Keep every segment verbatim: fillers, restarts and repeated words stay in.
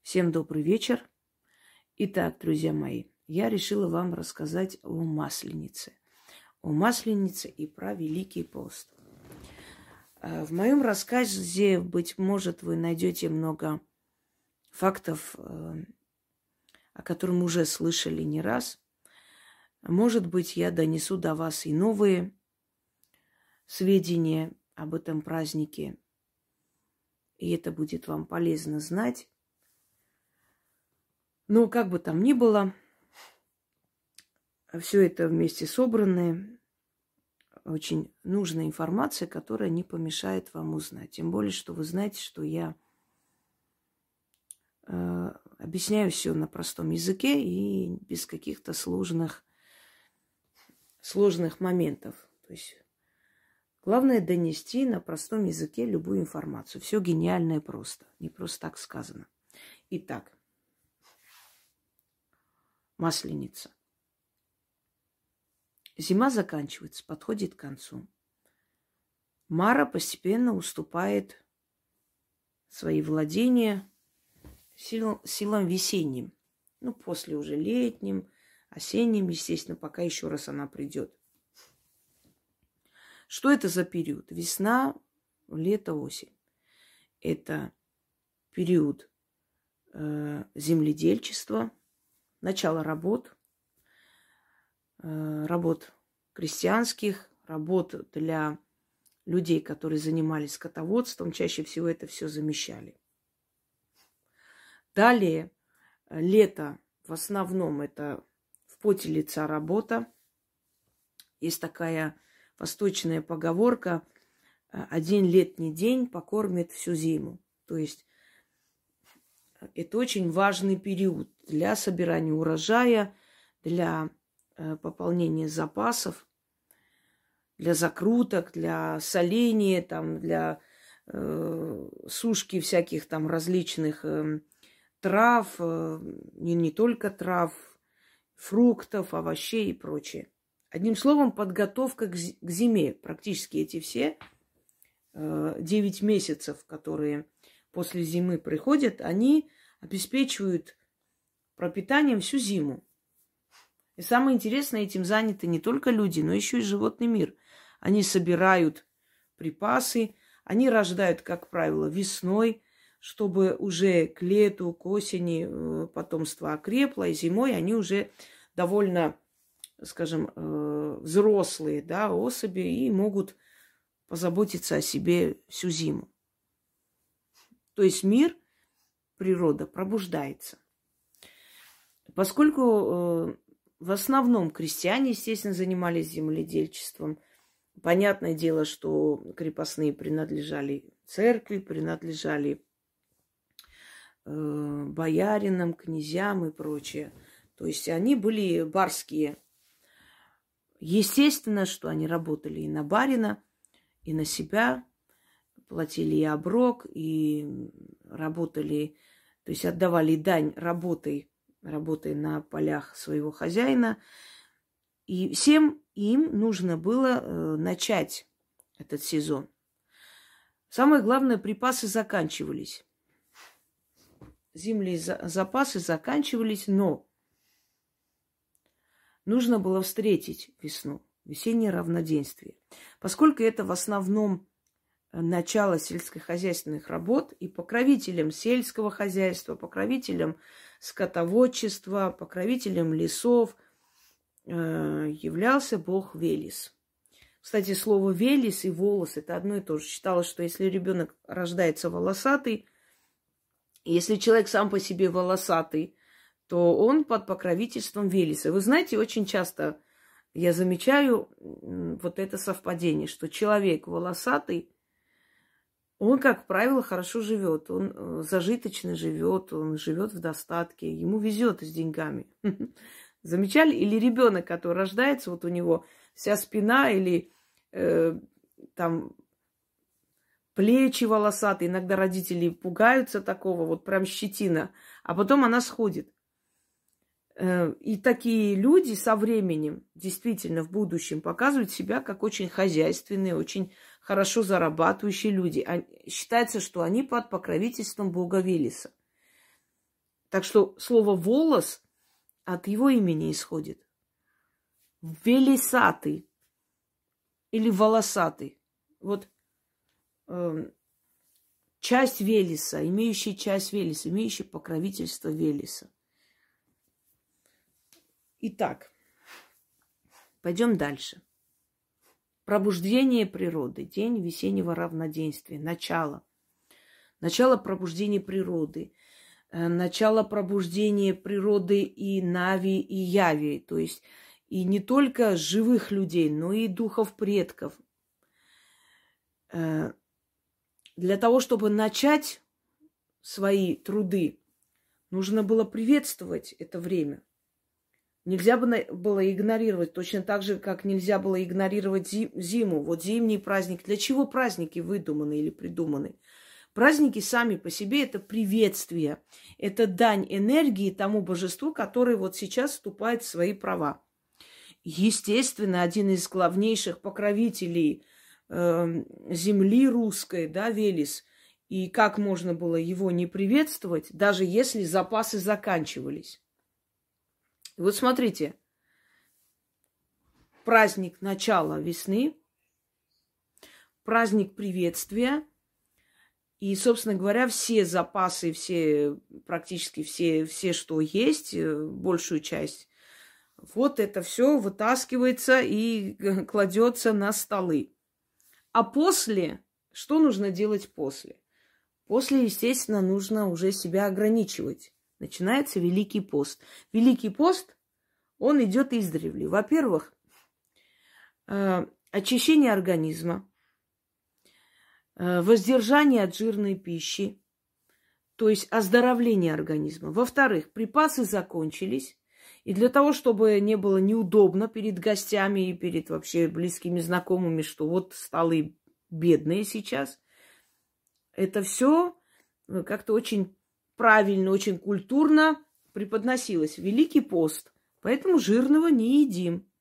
Всем добрый вечер. Итак, друзья мои, я решила вам рассказать о Масленице. О Масленице и про Великий пост. В моем рассказе, быть может, вы найдете много фактов, о которых мы уже слышали не раз. Может быть, я донесу до вас и новые сведения об этом празднике. И это будет вам полезно знать. Но как бы там ни было, все это вместе собранная, очень нужная информация, которая не помешает вам узнать. Тем более, что вы знаете, что я э, объясняю все на простом языке и без каких-то сложных, сложных моментов. То есть главное донести на простом языке любую информацию. Все гениальное просто, не просто так сказано. Итак. Масленица. Зима заканчивается, подходит к концу. Мара постепенно уступает свои владения сил, силам весенним. Ну, после уже летним, осенним, естественно, пока еще раз она придет. Что это за период? Весна, лето, осень. Это период э, земледельчества, начало работ, работ крестьянских, работ для людей, которые занимались скотоводством. Чаще всего это все замещали. Далее, лето в основном это в поте лица работа. Есть такая восточная поговорка: один летний день покормит всю зиму. То есть это очень важный период для собирания урожая, для э, пополнения запасов, для закруток, для соления, там, для э, сушки всяких там различных э, трав, э, не, не только трав, фруктов, овощей и прочее. Одним словом, подготовка к, к зиме. Практически эти все э, девять месяцев, которые после зимы приходят, они обеспечивают пропитанием всю зиму. И самое интересное, этим заняты не только люди, но еще и животный мир. Они собирают припасы, они рождают, как правило, весной, чтобы уже к лету, к осени потомство окрепло, и зимой они уже довольно, скажем, взрослые, да, особи и могут позаботиться о себе всю зиму. То есть мир, природа пробуждается. Поскольку э, в основном крестьяне, естественно, занимались земледельчеством, понятное дело, что крепостные принадлежали церкви, принадлежали э, бояринам, князьям и прочее. То есть они были барские. Естественно, что они работали и на барина, и на себя, платили и оброк, и работали, то есть отдавали дань работой, работой на полях своего хозяина. И всем им нужно было э, начать этот сезон. Самое главное, припасы заканчивались. Зимние за- запасы заканчивались, но нужно было встретить весну, весеннее равноденствие. Поскольку это в основном начало сельскохозяйственных работ, и покровителем сельского хозяйства, покровителем скотоводчества, покровителем лесов э, являлся бог Велес. Кстати, слово Велес и волос — это одно и то же. Считалось, что если ребенок рождается волосатый, если человек сам по себе волосатый, то он под покровительством Велеса. Вы знаете, очень часто я замечаю вот это совпадение, что человек волосатый, он, как правило, хорошо живет, он зажиточно живет, он живет в достатке, ему везет с деньгами. Замечали? Или ребенок, который рождается, вот у него вся спина или э, там плечи волосатые, иногда родители пугаются такого, вот прям щетина, а потом она сходит. И такие люди со временем, действительно, в будущем показывают себя как очень хозяйственные, очень хорошо зарабатывающие люди. Считается, что они под покровительством бога Велеса. Так что слово «волос» от его имени исходит. Велесатый или волосатый. Вот э, часть Велеса, имеющий часть Велеса, имеющий покровительство Велеса. Итак, пойдем дальше. Пробуждение природы. День весеннего равноденствия. Начало. Начало пробуждения природы. Начало пробуждения природы и Нави, и Яви. То есть и не только живых людей, но и духов предков. Для того, чтобы начать свои труды, нужно было приветствовать это время. Нельзя было игнорировать, точно так же, как нельзя было игнорировать зиму. Вот зимний праздник. Для чего праздники выдуманы или придуманы? Праздники сами по себе – это приветствие. Это дань энергии тому божеству, которое вот сейчас вступает в свои права. Естественно, один из главнейших покровителей э, земли русской, да, Велес. И как можно было его не приветствовать, даже если запасы заканчивались? Вот смотрите, праздник начала весны, праздник приветствия, и, собственно говоря, все запасы, все, практически все, все, что есть, большую часть, вот это все вытаскивается и кладется на столы. А после, что нужно делать после? После, естественно, нужно уже себя ограничивать. Начинается Великий пост. Великий пост, он идет издревле. Во-первых, э, очищение организма, э, воздержание от жирной пищи, то есть оздоровление организма. Во-вторых, припасы закончились. И для того, чтобы не было неудобно перед гостями и перед вообще близкими знакомыми, что вот столы бедные сейчас, это все как-то очень правильно, очень культурно преподносилось. Великий пост. Поэтому жирного не едим.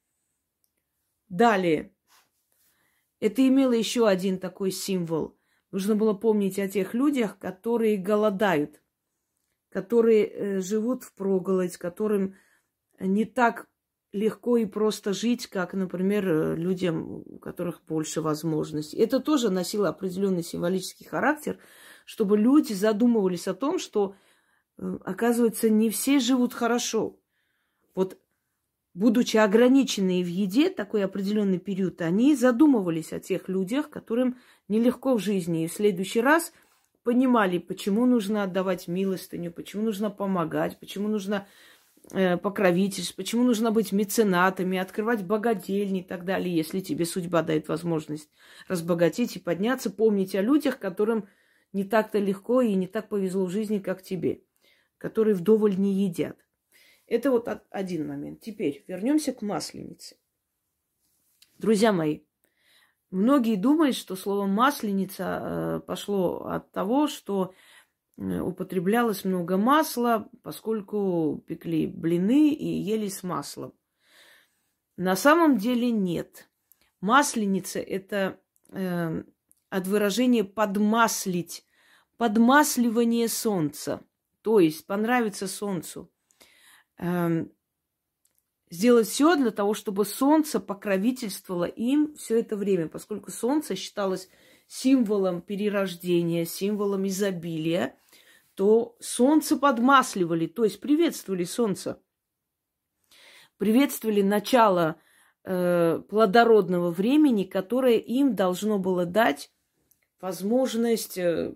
Далее. Это имело еще один такой символ. Нужно было помнить о тех людях, которые голодают, которые э, живут впроголодь, которым не так легко и просто жить, как, например, людям, у которых больше возможностей. Это тоже носило определенный символический характер, чтобы люди задумывались о том, что, оказывается, не все живут хорошо. Вот, будучи ограниченные в еде такой определенный период, они задумывались о тех людях, которым нелегко в жизни. И в следующий раз понимали, почему нужно отдавать милостыню, почему нужно помогать, почему нужно э, покровительствовать, почему нужно быть меценатами, открывать богадельни и так далее, если тебе судьба дает возможность разбогатеть и подняться. Помнить о людях, которым не так-то легко и не так повезло в жизни, как тебе, которые вдоволь не едят. Это вот один момент. Теперь вернемся к Масленице. Друзья мои, многие думают, что слово «масленица» пошло от того, что употреблялось много масла, поскольку пекли блины и ели с маслом. На самом деле нет. Масленица – это э, от выражения «подмаслить», подмасливание солнца, то есть понравится солнцу. Э, сделать все для того, чтобы солнце покровительствовало им все это время, поскольку солнце считалось символом перерождения, символом изобилия, то солнце подмасливали, то есть приветствовали солнце. Приветствовали начало э, плодородного времени, которое им должно было дать возможность э,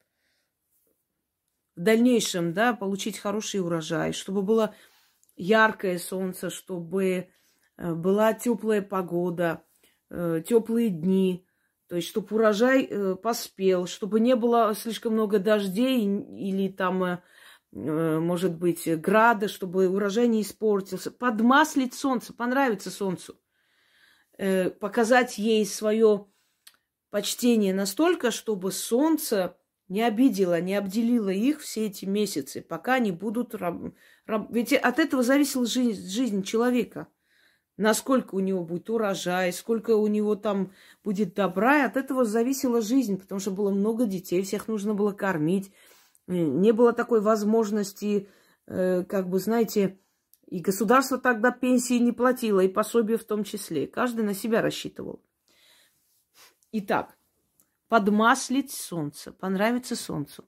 в дальнейшем, да, получить хороший урожай, чтобы было яркое солнце, чтобы э, была теплая погода, э, теплые дни, то есть чтобы урожай э, поспел, чтобы не было слишком много дождей или там, э, э, может быть, града, чтобы урожай не испортился. Подмаслить солнце, понравится солнцу. Э, показать ей свое почтение настолько, чтобы солнце не обидело, не обделило их все эти месяцы, пока они будут... Раб... Раб... Ведь от этого зависела жизнь, жизнь человека. Насколько у него будет урожай, сколько у него там будет добра. И от этого зависела жизнь, потому что было много детей, всех нужно было кормить. Не было такой возможности, как бы, знаете, и государство тогда пенсии не платило, и пособие в том числе. Каждый на себя рассчитывал. Итак, подмаслить солнце, понравится солнцу.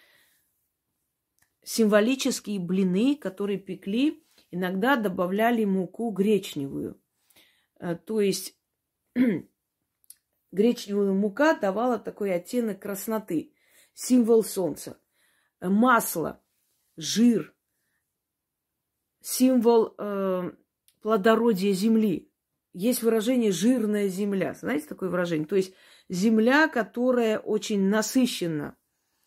Символические блины, которые пекли, иногда добавляли муку гречневую. То есть гречневая мука давала такой оттенок красноты, символ солнца. Масло, жир, символ э, плодородия земли. Есть выражение «жирная земля». Знаете такое выражение? То есть земля, которая очень насыщена,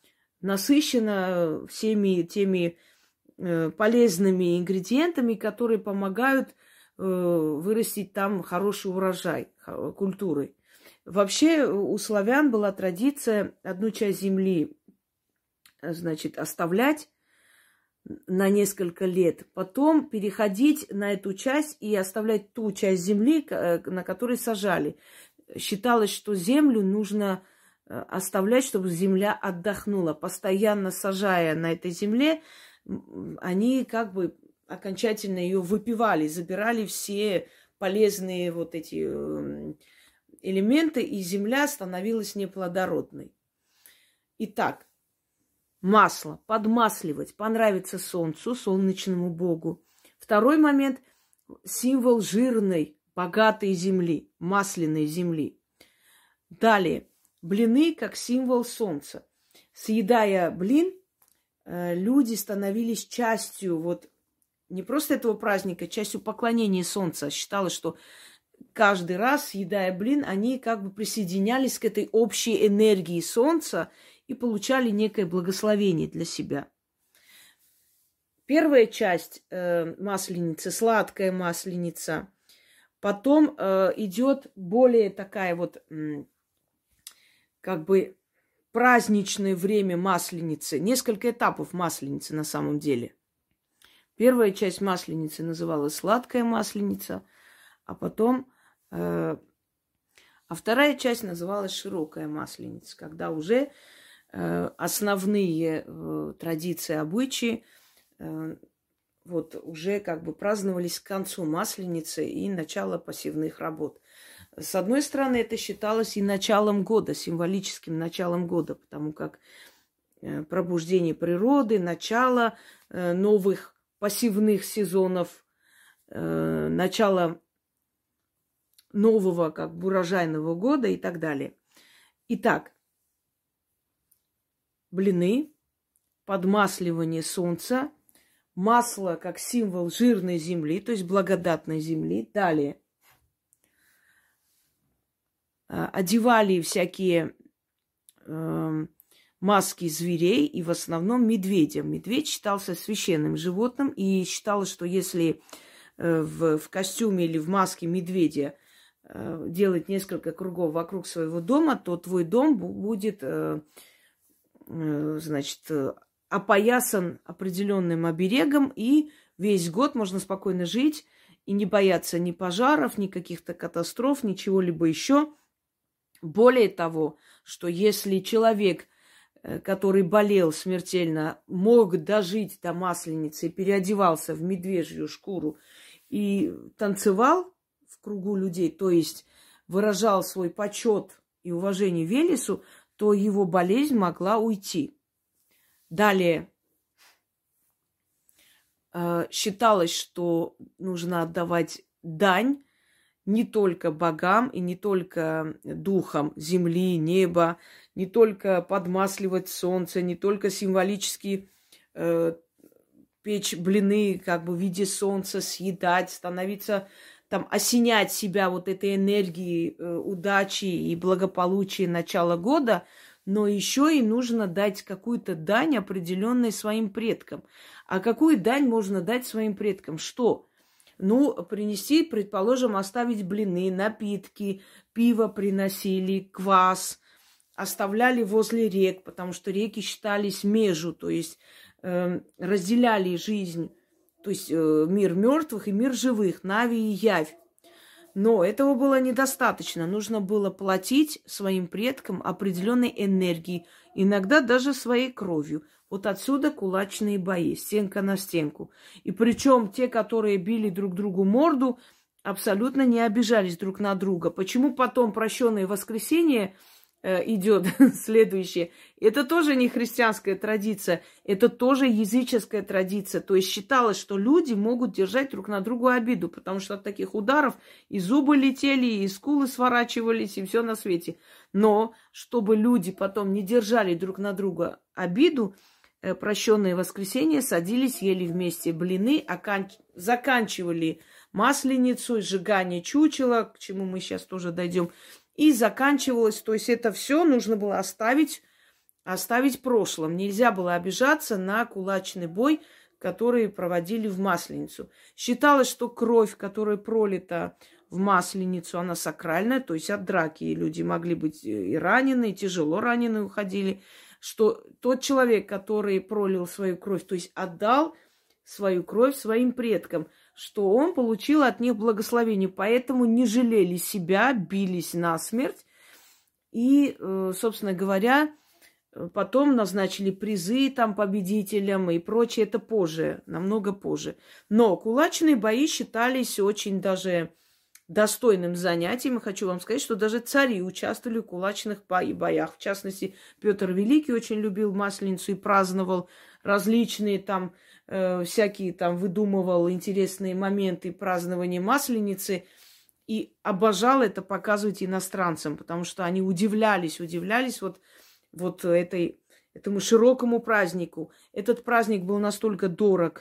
насыщена всеми теми э, полезными ингредиентами, которые помогают э, вырастить там хороший урожай культуры. Вообще у славян была традиция одну часть земли, значит, оставлять на несколько лет, потом переходить на эту часть и оставлять ту часть земли, на которой сажали. Считалось, что землю нужно оставлять, чтобы земля отдохнула. Постоянно сажая на этой земле, они как бы окончательно ее выпивали, забирали все полезные вот эти элементы, и земля становилась неплодородной. Итак, масло, подмасливать, понравится солнцу, солнечному богу. Второй момент – символ жирной, богатой земли, масляной земли. Далее, блины как символ солнца. Съедая блин, люди становились частью вот не просто этого праздника, частью поклонения солнца. Считалось, что каждый раз, съедая блин, они как бы присоединялись к этой общей энергии солнца и получали некое благословение для себя. Первая часть э, масленицы, сладкая масленица. Потом э, идет более такая вот, э, как бы, праздничное время масленицы. Несколько этапов масленицы на самом деле. Первая часть масленицы называлась сладкая масленица, а потом... Э, а вторая часть называлась широкая масленица, когда уже... основные э, традиции, обычаи э, вот уже как бы праздновались к концу Масленицы и начало посевных работ. С одной стороны, это считалось и началом года, символическим началом года, потому как э, пробуждение природы, начало э, новых посевных сезонов, э, начало нового как бы урожайного года и так далее. Итак, блины, подмасливание солнца, масло как символ жирной земли, то есть благодатной земли. Далее одевали всякие э, маски зверей, и в основном медведя. Медведь считался священным животным, и считалось, что если э, в, в костюме или в маске медведя э, делать несколько кругов вокруг своего дома, то твой дом будет... Э, значит, опоясан определенным оберегом, и весь год можно спокойно жить и не бояться ни пожаров, ни каких-то катастроф, ничего либо еще. Более того, что если человек, который болел смертельно, мог дожить до Масленицы и переодевался в медвежью шкуру и танцевал в кругу людей, то есть выражал свой почет и уважение Велесу, то его болезнь могла уйти. Далее э, считалось, что нужно отдавать дань не только богам и не только духам земли, неба, не только подмасливать солнце, не только символически э, печь блины как бы в виде солнца, съедать, становиться... там, осенять себя вот этой энергией э, удачи и благополучия начала года, но еще и нужно дать какую-то дань определенной своим предкам. А какую дань можно дать своим предкам? Что? Ну, принести, предположим, оставить блины, напитки, пиво приносили, квас, оставляли возле рек, потому что реки считались межу, то есть э, разделяли жизнь. То есть э, мир мертвых и мир живых, Нави и Явь. Но этого было недостаточно. Нужно было платить своим предкам определенной энергией, иногда даже своей кровью. Вот отсюда кулачные бои, стенка на стенку. И причем те, которые били друг другу морду, абсолютно не обижались друг на друга. Почему потом прощенное воскресенье э, идет следующее? Это тоже не христианская традиция, это тоже языческая традиция. То есть считалось, что люди могут держать друг на друга обиду, потому что от таких ударов и зубы летели, и скулы сворачивались, и все на свете. Но чтобы люди потом не держали друг на друга обиду, э, прощенное воскресенье садились, ели вместе блины, окан... заканчивали Масленицу, сжигание чучела, к чему мы сейчас тоже дойдем, и заканчивалось, то есть это все нужно было оставить, оставить в прошлом. Нельзя было обижаться на кулачный бой, который проводили в Масленицу. Считалось, что кровь, которая пролита в Масленицу, она сакральная, то есть от драки люди могли быть и ранены, и тяжело ранены уходили, что тот человек, который пролил свою кровь, то есть отдал свою кровь своим предкам, что он получил от них благословение. Поэтому не жалели себя, бились насмерть. И, собственно говоря, потом назначили призы там победителям и прочее. Это позже, намного позже. Но кулачные бои считались очень даже достойным занятием. И хочу вам сказать, что даже цари участвовали в кулачных боях. В частности, Петр Великий очень любил Масленицу и праздновал различные там э, всякие там выдумывал интересные моменты празднования Масленицы и обожал это показывать иностранцам, потому что они удивлялись, удивлялись вот, вот этой, этому широкому празднику. Этот праздник был настолько дорог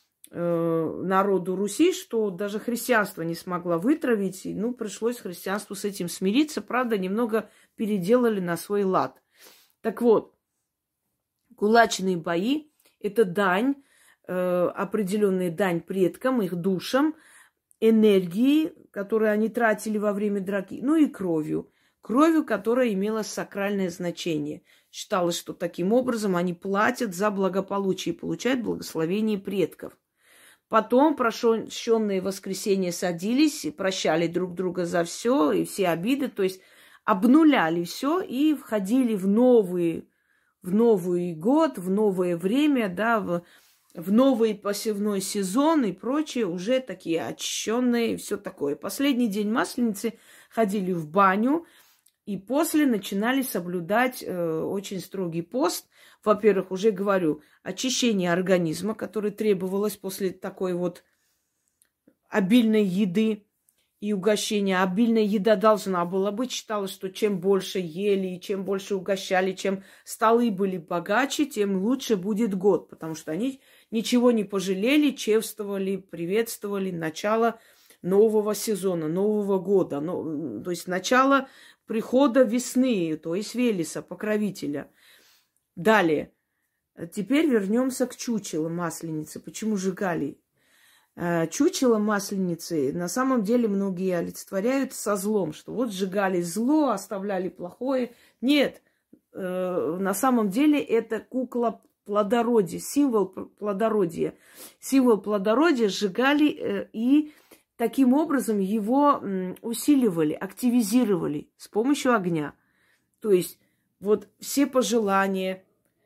э, народу Руси, что даже христианство не смогла вытравить, и, ну, пришлось христианству с этим смириться, правда, немного переделали на свой лад. Так вот, кулачные бои – это дань, э, определенная дань предкам, их душам, энергии, которые они тратили во время драки, ну и кровью. Кровью, которая имела сакральное значение. Считалось, что таким образом они платят за благополучие и получают благословение предков. Потом прощенные воскресенья садились и прощали друг друга за все и все обиды, то есть обнуляли все и входили в новые в новый год, в новое время, да, в, в новый посевной сезон и прочее, уже такие очищенные, все такое. Последний день Масленицы ходили в баню и после начинали соблюдать э, очень строгий пост. Во-первых, уже говорю, очищение организма, которое требовалось после такой вот обильной еды и угощения. Обильная еда должна была быть. Считалось, что чем больше ели, чем больше угощали, чем столы были богаче, тем лучше будет год. Потому что они ничего не пожалели, чествовали, приветствовали начало нового сезона, нового года. Ну, то есть начало прихода весны, то есть Велеса, покровителя. Далее. Теперь вернемся к чучелу Масленицы. Почему сжигали? Чучело Масленицы на самом деле многие олицетворяют со злом, что вот сжигали зло, оставляли плохое. Нет, на самом деле это кукла плодородия, символ плодородия. Символ плодородия сжигали и таким образом его усиливали, активизировали с помощью огня. То есть вот все пожелания,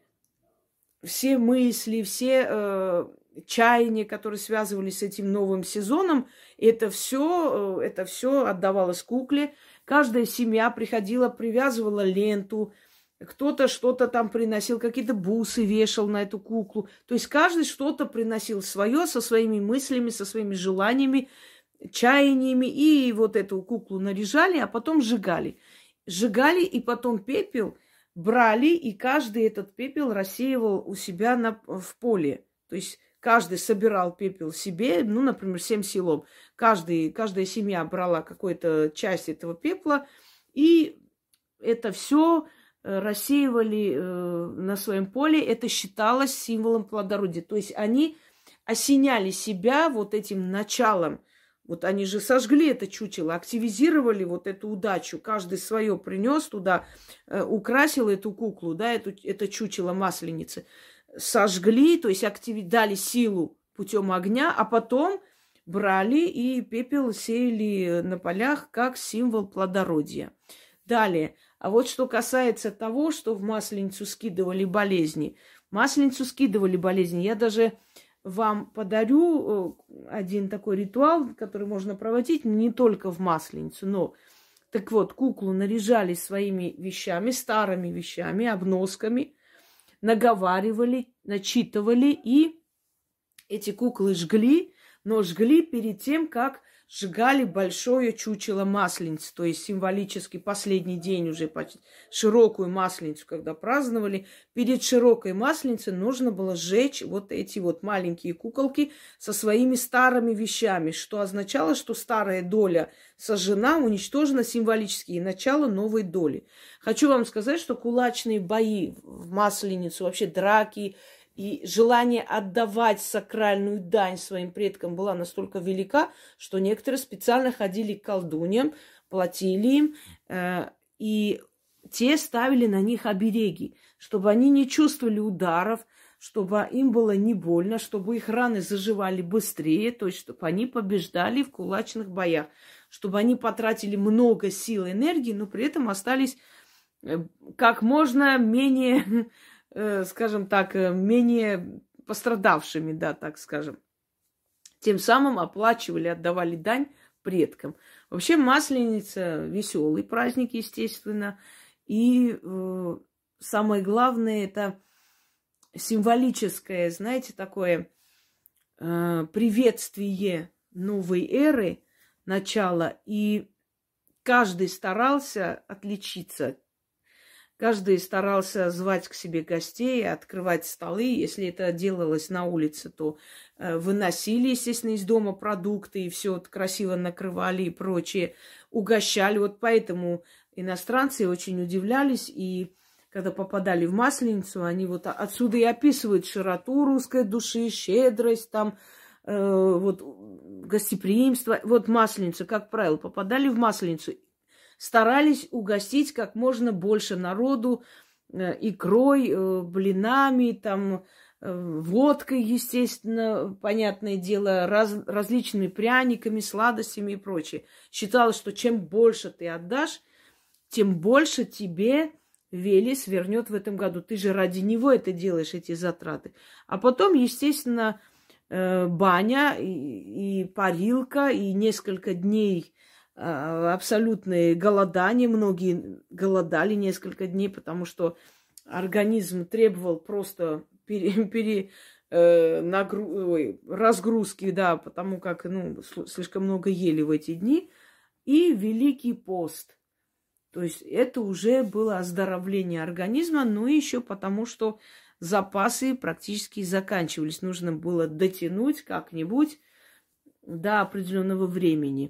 все мысли, все чаяния, которые связывались с этим новым сезоном, это все, это все отдавалось кукле. Каждая семья приходила, привязывала ленту, кто-то что-то там приносил, какие-то бусы вешал на эту куклу. То есть каждый что-то приносил свое, со своими мыслями, со своими желаниями, чаяниями. И вот эту куклу наряжали, а потом сжигали. Сжигали, и потом пепел брали, и каждый этот пепел рассеивал у себя на, в поле. То есть каждый собирал пепел себе, ну, например, всем селом. Каждый, каждая семья брала какую-то часть этого пепла, и это все рассеивали э, на своем поле. Это считалось символом плодородия. То есть они осеняли себя вот этим началом. Вот они же сожгли это чучело, активизировали вот эту удачу. Каждый свое принес туда, э, украсил эту куклу, да, эту, это чучело Масленицы. Сожгли, то есть активи... дали силу путем огня, а потом брали и пепел сеяли на полях как символ плодородия. Далее. А вот что касается того, что в Масленицу скидывали болезни. Масленицу скидывали болезни. Я даже вам подарю один такой ритуал, который можно проводить не только в Масленицу, но... Так вот, куклу наряжали своими вещами, старыми вещами, обносками, наговаривали, начитывали, и эти куклы жгли, но жгли перед тем, как сжигали большое чучело Масленицы, то есть символически последний день уже, широкую Масленицу, когда праздновали, перед широкой Масленицей нужно было сжечь вот эти вот маленькие куколки со своими старыми вещами, что означало, что старая доля сожжена, уничтожена символически, и начало новой доли. Хочу вам сказать, что кулачные бои в Масленицу, вообще драки, и желание отдавать сакральную дань своим предкам была настолько велика, что некоторые специально ходили к колдуньям, платили им, э, и те ставили на них обереги, чтобы они не чувствовали ударов, чтобы им было не больно, чтобы их раны заживали быстрее, то есть чтобы они побеждали в кулачных боях, чтобы они потратили много сил и энергии, но при этом остались как можно менее... скажем так, менее пострадавшими, да, так скажем. Тем самым оплачивали, отдавали дань предкам. Вообще Масленица веселый праздник, естественно. И э, самое главное, это символическое, знаете, такое э, приветствие новой эры, начала. И каждый старался отличиться. Каждый старался звать к себе гостей, открывать столы. Если это делалось на улице, то э, выносили, естественно, из дома продукты и все вот красиво накрывали и прочее. Угощали. Вот поэтому иностранцы очень удивлялись. И когда попадали в Масленицу, они вот отсюда и описывают широту русской души, щедрость, там, э, вот, гостеприимство. Вот Масленица, как правило, попадали в Масленицу. Старались угостить как можно больше народу э, икрой, э, блинами, там, э, водкой, естественно, понятное дело, раз, различными пряниками, сладостями и прочее. Считалось, что чем больше ты отдашь, тем больше тебе Велес вернет в этом году. Ты же ради него это делаешь, эти затраты. А потом, естественно, э, баня и, и парилка, и несколько дней абсолютное голодание. Многие голодали несколько дней, потому что организм требовал просто пере, пере, э, нагру, ой, разгрузки, да, потому как ну, слишком много ели в эти дни. И Великий пост. То есть это уже было оздоровление организма, но еще потому, что запасы практически заканчивались. Нужно было дотянуть как-нибудь до определенного времени.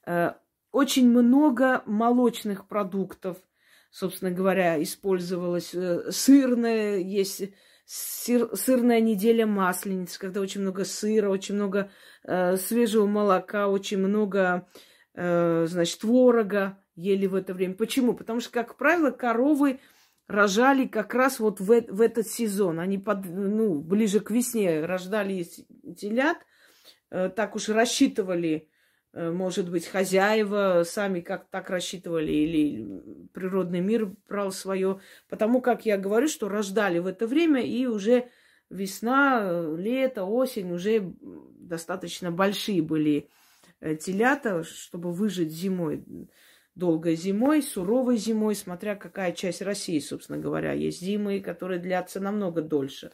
Очень много молочных продуктов, собственно говоря, использовалось. Сырное, есть сыр, сырная неделя Масленицы, когда очень много сыра, очень много э, свежего молока, очень много, э, значит, творога ели в это время. Почему? Потому что, как правило, коровы рожали как раз вот в, в этот сезон. Они под, ну, ближе к весне рождали телят, э, так уж рассчитывали, может быть, хозяева сами как так рассчитывали, или природный мир брал свое. Потому как я говорю, что рождали в это время, и уже весна, лето, осень, уже достаточно большие были телята, чтобы выжить зимой. Долгой зимой, суровой зимой, смотря какая часть России, собственно говоря. Есть зимы, которые длятся намного дольше.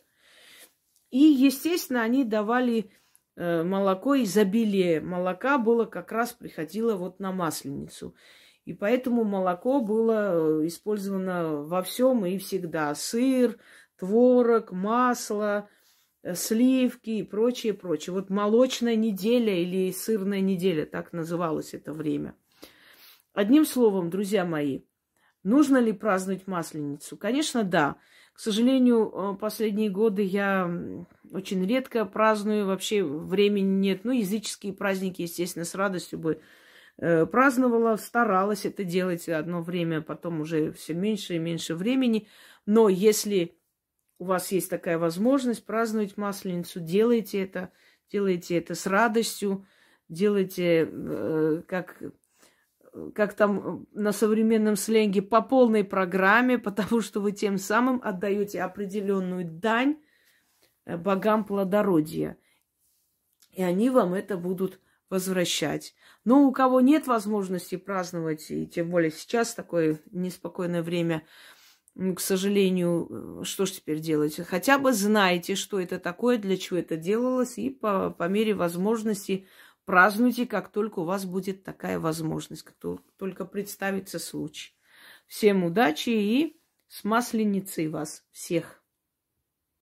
И, естественно, они давали молоко, изобилие молока было как раз приходило вот на Масленицу. И поэтому молоко было использовано во всем и всегда. Сыр, творог, масло, сливки и прочее, прочее. Вот молочная неделя или сырная неделя, так называлось это время. Одним словом, друзья мои, нужно ли праздновать Масленицу? Конечно, да. К сожалению, последние годы я очень редко праздную, вообще времени нет. Ну, языческие праздники, естественно, с радостью бы э, праздновала, старалась это делать одно время, потом уже все меньше и меньше времени. Но если у вас есть такая возможность праздновать Масленицу, делайте это, делайте это с радостью, делайте, э, как как там на современном сленге, по полной программе, потому что вы тем самым отдаете определенную дань богам плодородия. И они вам это будут возвращать. Но у кого нет возможности праздновать, и тем более сейчас такое неспокойное время, к сожалению, что ж теперь делать? Хотя бы знайте, что это такое, для чего это делалось, и по, по мере возможности празднуйте, как только у вас будет такая возможность, как только представится случай. Всем удачи и с Масленицей вас всех!